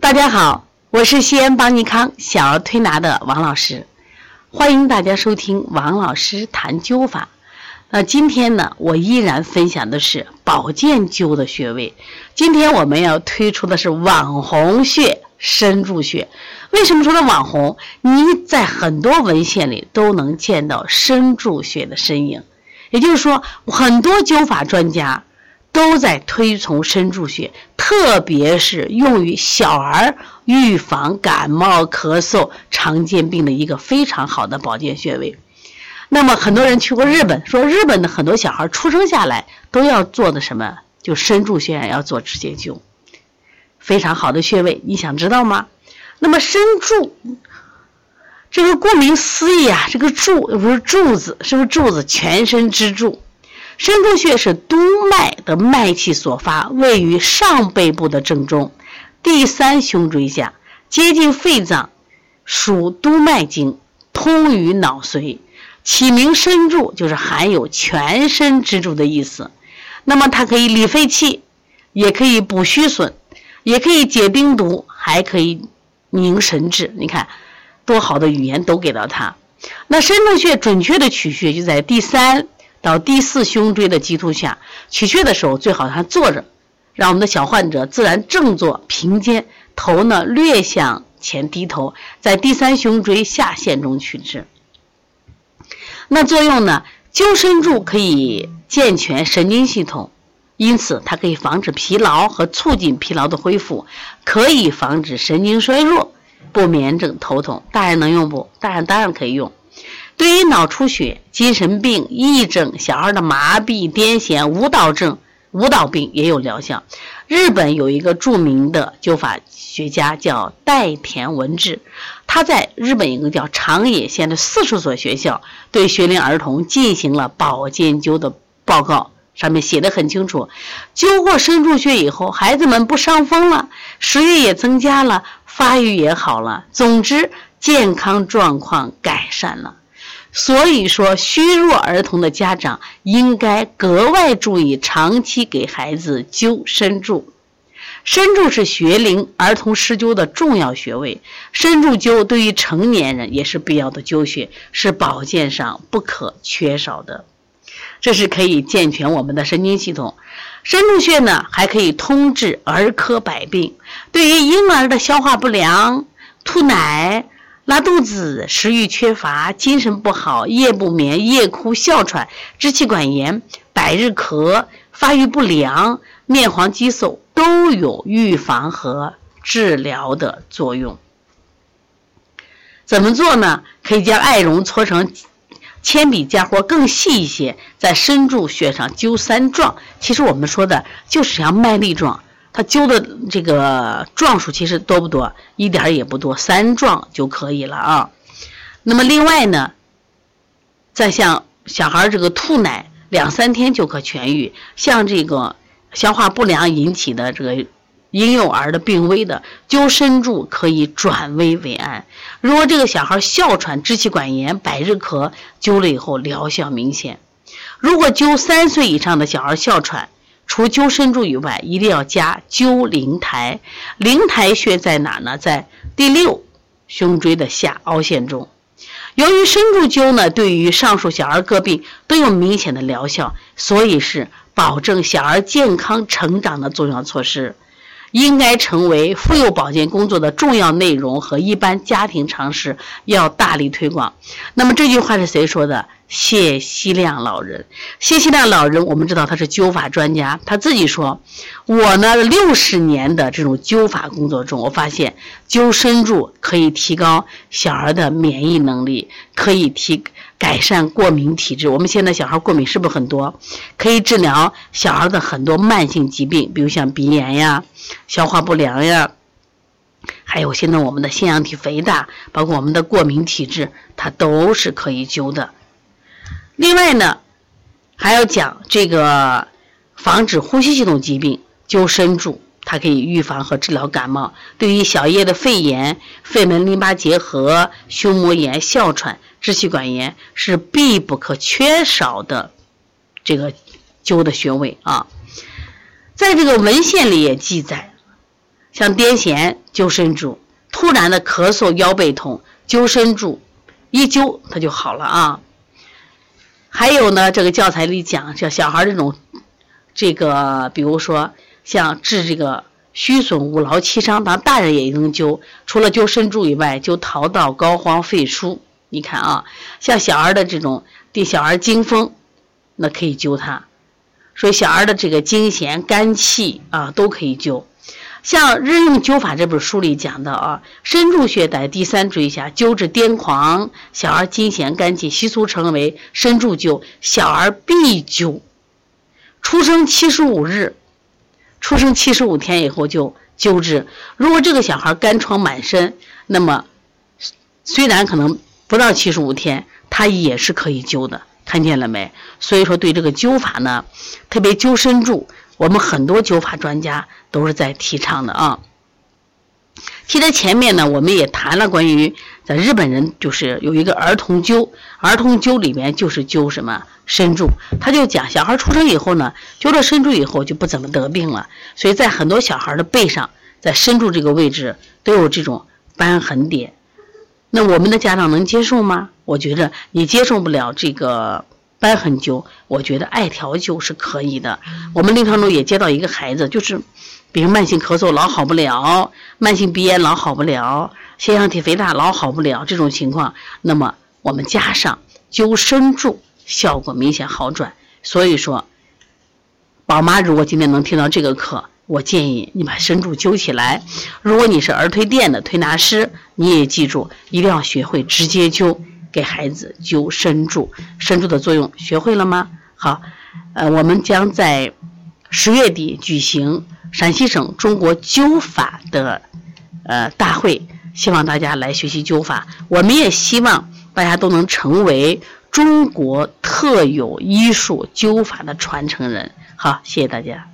大家好，我是西安邦尼康小儿推拿的王老师，欢迎大家收听王老师谈灸法。今天呢，我依然分享的是保健灸的穴位。今天我们要推出的是网红穴深柱穴。为什么说它网红？你在很多文献里都能见到深柱穴的身影，也就是说，很多灸法专家都在推崇深柱穴，特别是用于小儿预防感冒、咳嗽、常见病的一个非常好的保健穴位。那么很多人去过日本，说日本的很多小孩出生下来都要做的什么？就深柱穴要做直接灸，非常好的穴位，你想知道吗？那么深柱，这个顾名思义啊，这个柱不是柱子，是不是柱子？全身支柱。深柱穴是督脉的脉气所发，位于上背部的正中，第三胸椎下，接近肺脏，属督脉经，通于脑髓。起名深柱就是含有全身支柱的意思。那么它可以理肺气，也可以补虚损，也可以解病毒，还可以宁神志。你看多好的语言都给到它。那深柱穴准确的取穴就在第三到第四胸椎的棘突下，取穴的时候最好他坐着，让我们的小患者自然正坐平肩，头呢略向前低头，在第三胸椎下陷中取之。那作用呢，灸深柱可以健全神经系统，因此它可以防止疲劳和促进疲劳的恢复，可以防止神经衰弱、不眠症、头痛。大人能用不？当然可以用。对于脑出血、精神病、癔症、小孩的麻痹、癫痫、舞蹈病也有疗效。日本有一个著名的灸法学家叫代田文治，他在日本一个叫长野县的40所学校对学龄儿童进行了保健灸的报告，上面写得很清楚，灸过深柱穴以后，孩子们不伤风了，食欲也增加了，发育也好了，总之健康状况改善了。所以说，虚弱儿童的家长应该格外注意长期给孩子灸深柱。深柱是学龄儿童施灸的重要穴位，深柱灸对于成年人也是必要的灸穴，是保健上不可缺少的。这是可以健全我们的神经系统。深柱穴呢，还可以通治儿科百病，对于婴儿的消化不良、吐奶、拉肚子、食欲缺乏、精神不好、夜不眠、夜哭、哮喘、支气管炎、百日咳、发育不良、面黄肌瘦都有预防和治疗的作用。怎么做呢？可以将艾绒搓成铅笔尖或更细一些，在深柱穴上灸3壮。其实我们说的就是像麦粒状，它灸的这个壮数其实多不多？一点也不多，3壮就可以了啊。那么另外呢，再像小孩这个吐奶2-3天就可痊愈，像这个消化不良引起的这个婴幼儿的病危的，灸深柱可以转危为安。如果这个小孩哮喘、支气管炎、百日咳，灸了以后疗效明显。如果灸3岁以上的小孩哮喘，除灸深柱以外，一定要加灸灵台。灵台穴在哪呢？在第6胸椎的下凹陷中。由于深柱灸呢，对于上述小儿各病都有明显的疗效，所以是保证小儿健康成长的重要措施，应该成为妇幼保健工作的重要内容和一般家庭常识，要大力推广。那么这句话是谁说的？谢希亮老人。谢希亮老人我们知道他是灸法专家，他自己说，我呢60年的这种灸法工作中，我发现灸深柱可以提高小孩的免疫能力，可以改善过敏体质。我们现在小孩过敏是不是很多？可以治疗小孩的很多慢性疾病，比如像鼻炎呀、消化不良呀，还有现在我们的腺样体肥大，包括我们的过敏体质，它都是可以灸的。另外呢，还要讲这个防止呼吸系统疾病，灸深柱它可以预防和治疗感冒，对于小叶的肺炎、肺门淋巴结核、胸膜炎、哮喘、支气管炎是必不可缺少的这个灸的穴位啊。在这个文献里也记载， 像癫痫灸身柱，突然的咳嗽腰背痛灸身柱，一灸它就好了啊。还有呢，这个教材里讲，像小孩这种比如说像治这个虚损五劳七伤，当然大人也能灸，除了灸身柱以外，灸陶道、膏肓、肺腧。你看啊，像小孩的这种对小孩惊风，那可以灸它。所以小孩的这个惊痫、肝气啊都可以灸。像《日用灸法》这本书里讲的啊，身柱穴在第3椎下，灸治癫狂，小儿惊痫、肝气，习俗称为身柱灸，小儿必灸。出生75日，出生75天以后就灸治。如果这个小孩干疮满身，那么虽然可能不到75天，他也是可以灸的，看见了没？所以说对这个灸法呢，特别灸身柱，我们很多灸法专家都是在提倡的啊。其实前面呢，我们也谈了关于在日本人就是有一个儿童灸，儿童灸里面就是灸什么身柱，他就讲小孩出生以后呢，灸了身柱以后就不怎么得病了，所以在很多小孩的背上，在身柱这个位置都有这种瘢痕点。那我们的家长能接受吗？我觉得你接受不了这个瘢痕灸，我觉得艾条灸是可以的。我们临床中也接到一个孩子，就是比如慢性咳嗽老好不了，慢性鼻炎老好不了，腺样体肥大老好不了，这种情况，那么我们加上灸身柱，效果明显好转。所以说宝妈如果今天能听到这个课，我建议你把身柱灸起来。如果你是儿推店的推拿师，你也记住一定要学会直接灸，给孩子灸身柱。身柱的作用学会了吗？好，我们将在10月底举行陕西省中国灸法的大会，希望大家来学习灸法。我们也希望大家都能成为中国特有医术灸法的传承人。好，谢谢大家。